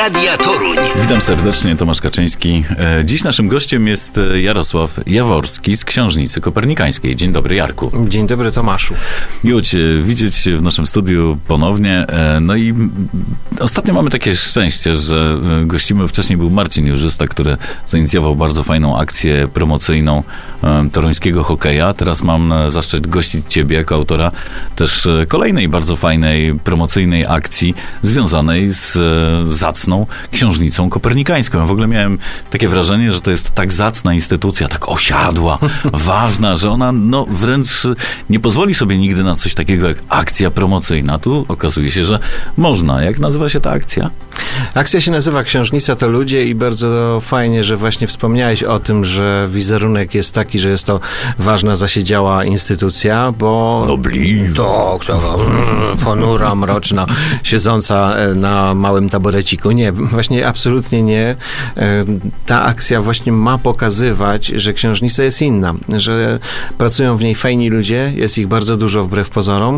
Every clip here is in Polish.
Radia Toruń. Witam serdecznie, Tomasz Kaczyński. Dziś naszym gościem jest Jarosław Jaworski z Książnicy Kopernikańskiej. Dzień dobry, Jarku. Dzień dobry, Tomaszu. Miło Cię widzieć w naszym studiu ponownie. No i ostatnio mamy takie szczęście, że gościmy, wcześniej był Marcin Jurzysta, który zainicjował bardzo fajną akcję promocyjną toruńskiego hokeja. Teraz mam zaszczyt gościć Ciebie jako autora też kolejnej bardzo fajnej, promocyjnej akcji związanej z zacną Książnicą Kopernikańską. Ja w ogóle miałem takie wrażenie, że to jest tak zacna instytucja, tak osiadła, ważna, że ona wręcz nie pozwoli sobie nigdy na coś takiego jak akcja promocyjna. Tu okazuje się, że można. Jak nazywa się ta akcja? Akcja się nazywa Książnica to ludzie i bardzo fajnie, że właśnie wspomniałeś o tym, że wizerunek jest taki, że jest to ważna, zasiedziała instytucja, bo... ponura, mroczna, siedząca na małym taboreciku. Nie, właśnie absolutnie nie. Ta akcja właśnie ma pokazywać, że Książnica jest inna, że pracują w niej fajni ludzie, jest ich bardzo dużo wbrew pozorom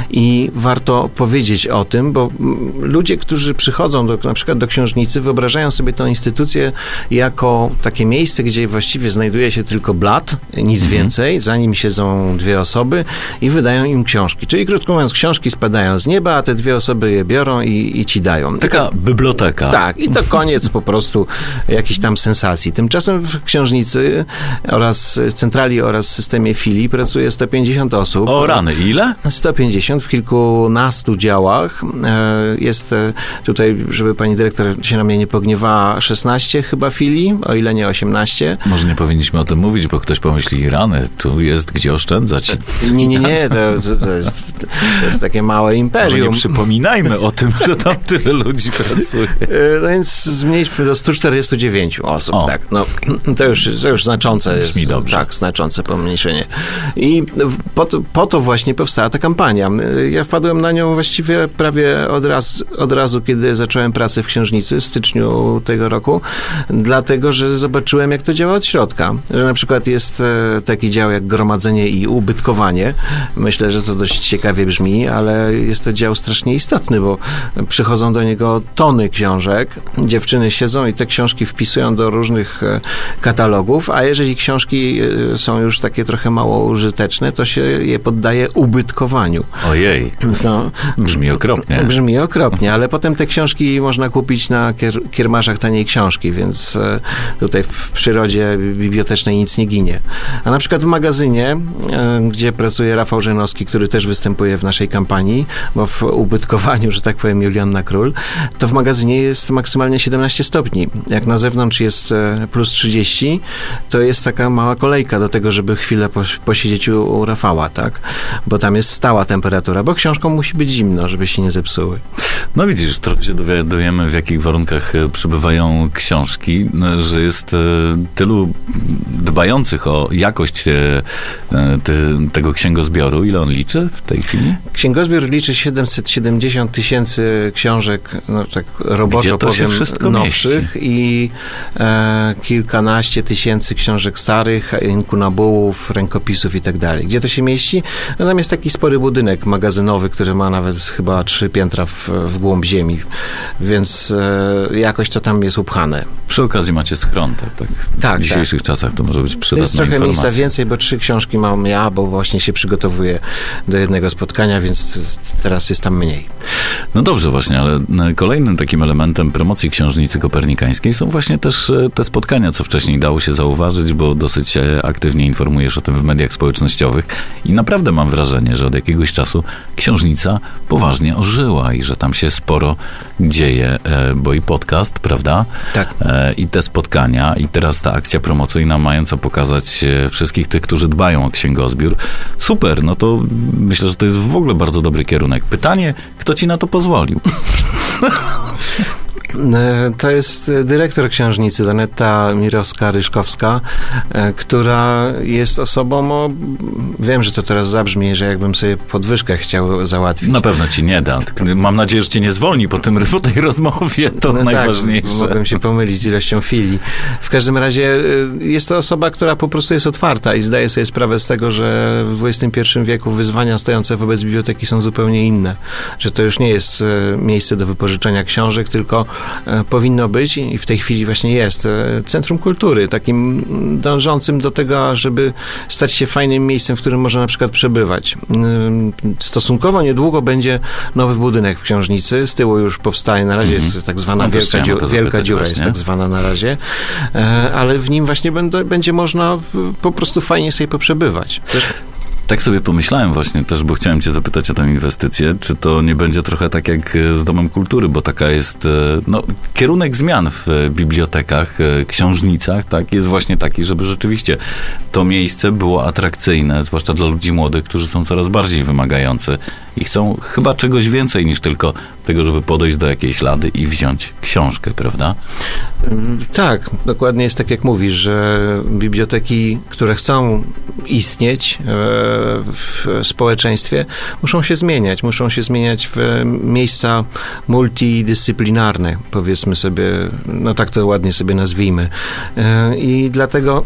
i warto powiedzieć o tym, bo ludzie, którzy przychodzą na przykład do Książnicy, wyobrażają sobie tę instytucję jako takie miejsce, gdzie właściwie znajduje się tylko blat, nic więcej, za nim siedzą dwie osoby i wydają im książki. Czyli krótko mówiąc, książki spadają z nieba, a te dwie osoby je biorą i ci dają. Taka biblioteka. Tak, i to koniec po prostu jakichś tam sensacji. Tymczasem w Książnicy oraz centrali oraz systemie filii pracuje 150 osób. O rany, ile? 150 w kilkunastu działach. Jest tutaj, żeby pani dyrektor się na mnie nie pogniewała, 16 chyba filii, o ile nie 18. Może nie powinniśmy o tym mówić, bo ktoś pomyśli, rany, tu jest gdzie oszczędzać. Nie, to jest takie małe imperium. Może nie przypominajmy o tym, że tam tyle ludzi pracuje. No więc zmniejszmy do 149 osób, tak. No, to już znaczące jest. Brzmi dobrze. Tak, znaczące pomniejszenie. I po to właśnie powstała ta kampania. Ja wpadłem na nią właściwie prawie od razu, kiedy zacząłem pracę w Książnicy w styczniu tego roku, dlatego, że zobaczyłem, jak to działa od środka. Że na przykład jest taki dział jak gromadzenie i ubytkowanie. Myślę, że to dość ciekawie brzmi, ale jest to dział strasznie istotny, bo przychodzą do niego tony książek, dziewczyny siedzą i te książki wpisują do różnych katalogów, a jeżeli książki są już takie trochę mało użyteczne, to się je poddaje ubytkowaniu. Ojej, brzmi okropnie. Brzmi okropnie, ale potem te książki można kupić na kiermaszach taniej książki, więc tutaj w przyrodzie bibliotecznej nic nie ginie. A na przykład w magazynie, gdzie pracuje Rafał Żenowski, który też występuje w naszej kampanii, bo w ubytkowaniu, że tak powiem, Julianna Król, to w magazynie jest maksymalnie 17 stopni. Jak na zewnątrz jest plus 30, to jest taka mała kolejka do tego, żeby chwilę posiedzieć u Rafała, tak? Bo tam jest stała temperatura, bo książkom musi być zimno, żeby się nie zepsuły. No widzisz, trochę się dowiadujemy, w jakich warunkach przebywają książki, że jest tylu dbających o jakość tego księgozbioru. Ile on liczy w tej chwili? Księgozbiór liczy 770 tysięcy książek, tak roboczo powiem, nowszych i kilkanaście tysięcy książek starych, inkunabułów, rękopisów i tak dalej. Gdzie to się mieści? No tam jest taki spory budynek magazynowy, który ma nawet chyba 3 piętra w głąb ziemi, więc jakoś to tam jest upchane. Przy okazji macie schron, tak? W dzisiejszych czasach to może być przydatna jest trochę informacja. miejsca więcej, bo 3 książki mam ja, bo właśnie się przygotowuję do jednego spotkania, więc teraz jest tam mniej. No dobrze właśnie, ale kolejnym takim elementem promocji Książnicy Kopernikańskiej są właśnie też te spotkania, co wcześniej dało się zauważyć, bo dosyć aktywnie informujesz o tym w mediach społecznościowych i naprawdę mam wrażenie, że od jakiegoś czasu Książnica poważnie ożyła i że tam się sporo dzieje, bo i podcast, prawda? Tak. I te spotkania i teraz ta akcja promocyjna mająca pokazać wszystkich tych, którzy dbają o księgozbiór. Super, no to myślę, że to jest w ogóle bardzo dobry kierunek. Pytanie, kto ci na to pozwolił? To jest dyrektor Książnicy, Daneta Mirowska-Ryszkowska, która jest osobą, wiem, że to teraz zabrzmi, że jakbym sobie podwyżkę chciał załatwić. Na pewno ci nie da. Mam nadzieję, że cię nie zwolni po tej rozmowie. To najważniejsze. Tak, mogłem się pomylić z ilością filii. W każdym razie jest to osoba, która po prostu jest otwarta i zdaje sobie sprawę z tego, że w XXI wieku wyzwania stojące wobec biblioteki są zupełnie inne. Że to już nie jest miejsce do wypożyczenia książek, tylko powinno być i w tej chwili właśnie jest centrum kultury, takim dążącym do tego, żeby stać się fajnym miejscem, w którym można na przykład przebywać. Stosunkowo niedługo będzie nowy budynek w Książnicy, z tyłu już powstaje, na razie jest tak zwana wielka dziura, jest tak zwana na razie, ale w nim właśnie będzie można po prostu fajnie sobie poprzebywać. Tak sobie pomyślałem właśnie też, bo chciałem cię zapytać o tę inwestycję, czy to nie będzie trochę tak jak z Domem Kultury, bo taka jest, kierunek zmian w bibliotekach, książnicach, tak, jest właśnie taki, żeby rzeczywiście to miejsce było atrakcyjne, zwłaszcza dla ludzi młodych, którzy są coraz bardziej wymagający i chcą chyba czegoś więcej niż tylko tego, żeby podejść do jakiejś lady i wziąć książkę, prawda? Tak, dokładnie jest tak, jak mówisz, że biblioteki, które chcą istnieć w społeczeństwie, muszą się zmieniać w miejsca multidyscyplinarne, powiedzmy sobie, no tak to ładnie sobie nazwijmy. I dlatego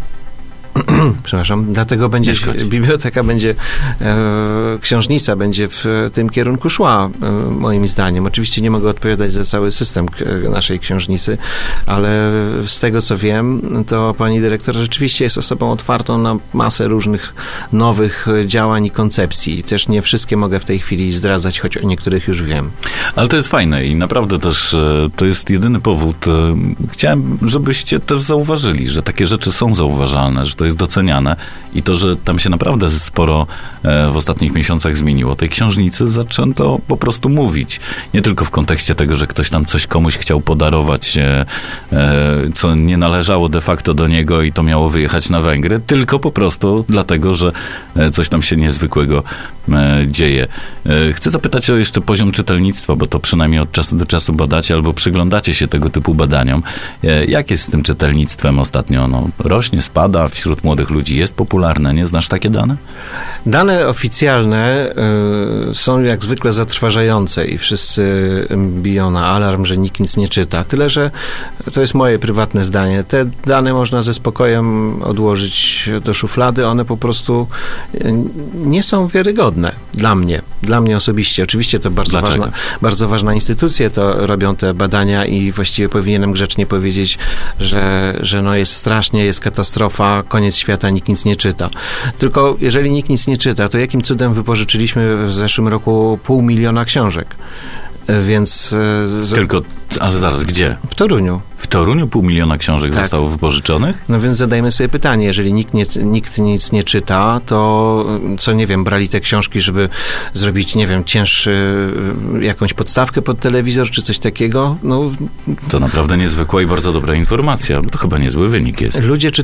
dlatego biblioteka będzie, książnica będzie w tym kierunku szła, moim zdaniem. Oczywiście nie mogę odpowiadać za cały system naszej książnicy, ale z tego, co wiem, to pani dyrektor rzeczywiście jest osobą otwartą na masę różnych nowych działań i koncepcji. Też nie wszystkie mogę w tej chwili zdradzać, choć o niektórych już wiem. Ale to jest fajne i naprawdę też to jest jedyny powód. Chciałem, żebyście też zauważyli, że takie rzeczy są zauważalne, że to jest doceniane i to, że tam się naprawdę sporo w ostatnich miesiącach zmieniło. Tej książnicy zaczęto po prostu mówić. Nie tylko w kontekście tego, że ktoś tam coś komuś chciał podarować, co nie należało de facto do niego i to miało wyjechać na Węgry, tylko po prostu dlatego, że coś tam się niezwykłego dzieje. Chcę zapytać o jeszcze poziom czytelnictwa, bo to przynajmniej od czasu do czasu badacie albo przyglądacie się tego typu badaniom. Jak jest z tym czytelnictwem ostatnio? Rośnie, spada, wśród młodych ludzi jest popularne. Nie znasz takie dane? Dane oficjalne są jak zwykle zatrważające i wszyscy biją na alarm, że nikt nic nie czyta. Tyle, że to jest moje prywatne zdanie. Te dane można ze spokojem odłożyć do szuflady. One po prostu nie są wiarygodne dla mnie osobiście. Oczywiście to bardzo ważna instytucja, to robią te badania i właściwie powinienem grzecznie powiedzieć, że jest strasznie, jest katastrofa, koniec świata, nikt nic nie czyta. Tylko jeżeli nikt nic nie czyta, to jakim cudem wypożyczyliśmy w zeszłym roku 500 000 książek? Więc... Tylko, ale zaraz, gdzie? W Toruniu. W Toruniu 500 000 książek zostało wypożyczonych? No więc zadajmy sobie pytanie, jeżeli nikt nic nie czyta, to co, nie wiem, brali te książki, żeby zrobić, nie wiem, jakąś podstawkę pod telewizor, czy coś takiego? No, to naprawdę niezwykła i bardzo dobra informacja, bo to chyba niezły wynik jest.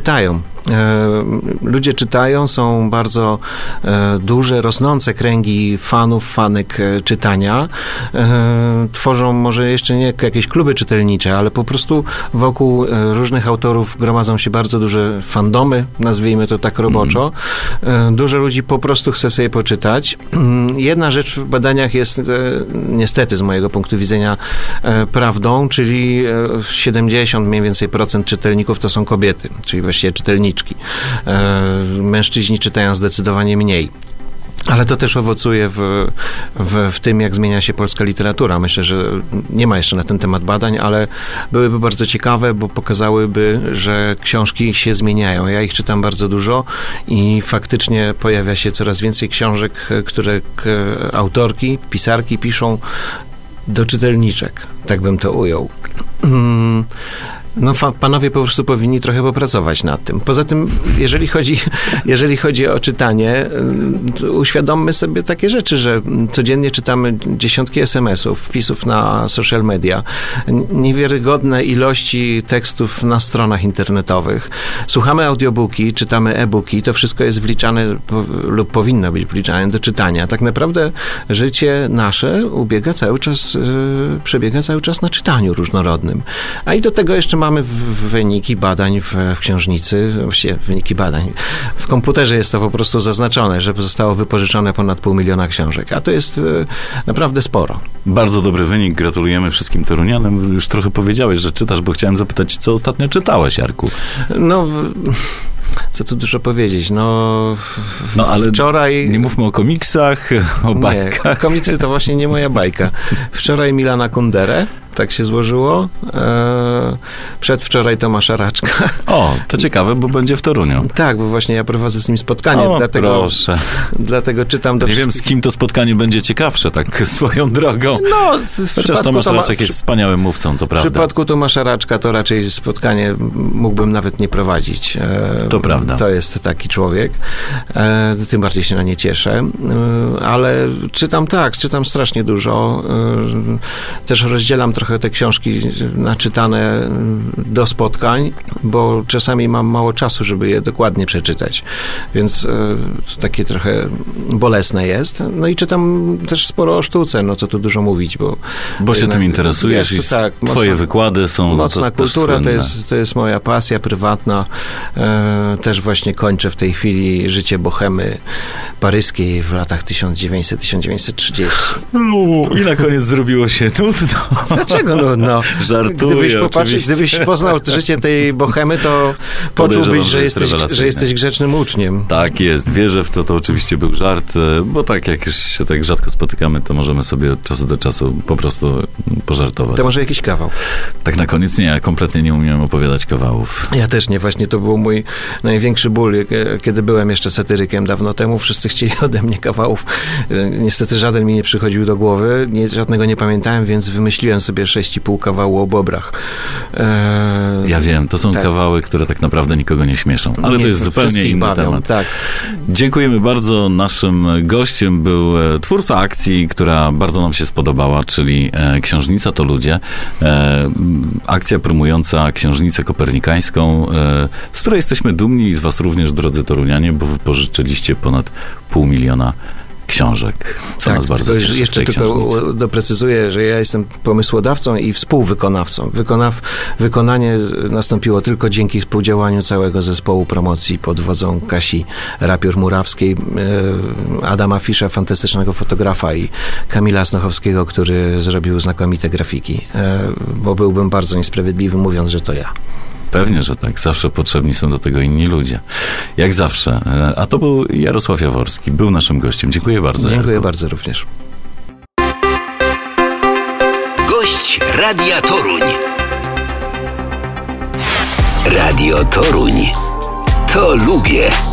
Ludzie czytają, są bardzo duże, rosnące kręgi fanek czytania. Tworzą może jeszcze nie jakieś kluby czytelnicze, ale po prostu wokół różnych autorów gromadzą się bardzo duże fandomy, nazwijmy to tak roboczo. Dużo ludzi po prostu chce sobie poczytać. Jedna rzecz w badaniach jest niestety z mojego punktu widzenia prawdą, czyli 70 mniej więcej procent czytelników to są kobiety, czyli właściwie czytelniczki. Mężczyźni czytają zdecydowanie mniej. Ale to też owocuje w tym, jak zmienia się polska literatura. Myślę, że nie ma jeszcze na ten temat badań, ale byłyby bardzo ciekawe, bo pokazałyby, że książki się zmieniają. Ja ich czytam bardzo dużo i faktycznie pojawia się coraz więcej książek, które autorki, pisarki piszą do czytelniczek. Tak bym to ujął. No, panowie po prostu powinni trochę popracować nad tym. Poza tym, jeżeli chodzi o czytanie, uświadommy sobie takie rzeczy, że codziennie czytamy dziesiątki SMS-ów, wpisów na social media, niewiarygodne ilości tekstów na stronach internetowych. Słuchamy audiobooki, czytamy e-booki, to wszystko jest wliczane lub powinno być wliczane do czytania. Tak naprawdę życie nasze przebiega cały czas na czytaniu różnorodnym. A i do tego jeszcze mamy wyniki badań w książnicy, właściwie wyniki badań. W komputerze jest to po prostu zaznaczone, że zostało wypożyczone ponad 500 000 książek, a to jest naprawdę sporo. Bardzo dobry wynik, gratulujemy wszystkim torunianom. Już trochę powiedziałeś, że czytasz, bo chciałem zapytać, co ostatnio czytałeś, Jarku? No... Co tu dużo powiedzieć? No ale wczoraj... Nie mówmy o komiksach, o bajkach. Nie, komiksy to właśnie nie moja bajka. Wczoraj Milana Kunderę tak się złożyło. Przedwczoraj Tomasza Raczka. O, to ciekawe, bo będzie w Toruniu. Tak, bo właśnie ja prowadzę z nim spotkanie, proszę. Dlatego czytam do Nie wiem, z kim to spotkanie będzie ciekawsze, tak swoją drogą. No, chociaż Tomasz Raczek jest wspaniałym mówcą, to prawda. W przypadku Tomasza Raczka to raczej spotkanie mógłbym nawet nie prowadzić. To prawda. To jest taki człowiek. Tym bardziej się na nie cieszę. Ale czytam strasznie dużo. Też rozdzielam trochę te książki naczytane do spotkań, bo czasami mam mało czasu, żeby je dokładnie przeczytać. Więc takie trochę bolesne jest. No i czytam też sporo o sztuce, no co tu dużo mówić, bo się tym interesujesz i twoje wykłady są... Mocna kultura to jest moja pasja prywatna. Też właśnie kończę w tej chwili życie bohemy paryskiej w latach 1900-1930. I na koniec zrobiło się nudno. Dlaczego nudno? Żartuję, Gdybyś poznał życie tej bohemy, to poczułbyś, że jesteś grzecznym uczniem. Tak jest, wierzę w to, to oczywiście był żart, bo tak jak się tak rzadko spotykamy, to możemy sobie od czasu do czasu po prostu pożartować. To może jakiś kawał? Tak na koniec nie, ja kompletnie nie umiem opowiadać kawałów. Ja też nie, właśnie to był mój największy ból, kiedy byłem jeszcze satyrykiem dawno temu, wszyscy chcieli ode mnie kawałów. Niestety żaden mi nie przychodził do głowy, żadnego nie pamiętałem, więc wymyśliłem sobie 6,5 kawału o bobrach. Ja wiem, to są kawały, które tak naprawdę nikogo nie śmieszą, ale to jest zupełnie inny temat. Tak. Dziękujemy bardzo. Naszym gościem był twórca akcji, która bardzo nam się spodobała, czyli Książnica to ludzie. Akcja promująca Książnicę Kopernikańską, z której jesteśmy dumni i z was również, drodzy torunianie, bo wypożyczyliście ponad 500 000 książek, co nas bardzo cieszy. Jeszcze tylko doprecyzuję, że ja jestem pomysłodawcą i współwykonawcą. Wykonanie nastąpiło tylko dzięki współdziałaniu całego zespołu promocji pod wodzą Kasi Rapior-Murawskiej, Adama Fisza, fantastycznego fotografa, i Kamila Snochowskiego, który zrobił znakomite grafiki, bo byłbym bardzo niesprawiedliwy, mówiąc, że to ja. Pewnie, że tak. Zawsze potrzebni są do tego inni ludzie. Jak zawsze. A to był Jarosław Jaworski. Był naszym gościem. Dziękuję bardzo. Dziękuję bardzo również. Gość Radia Toruń. Radio Toruń. To lubię.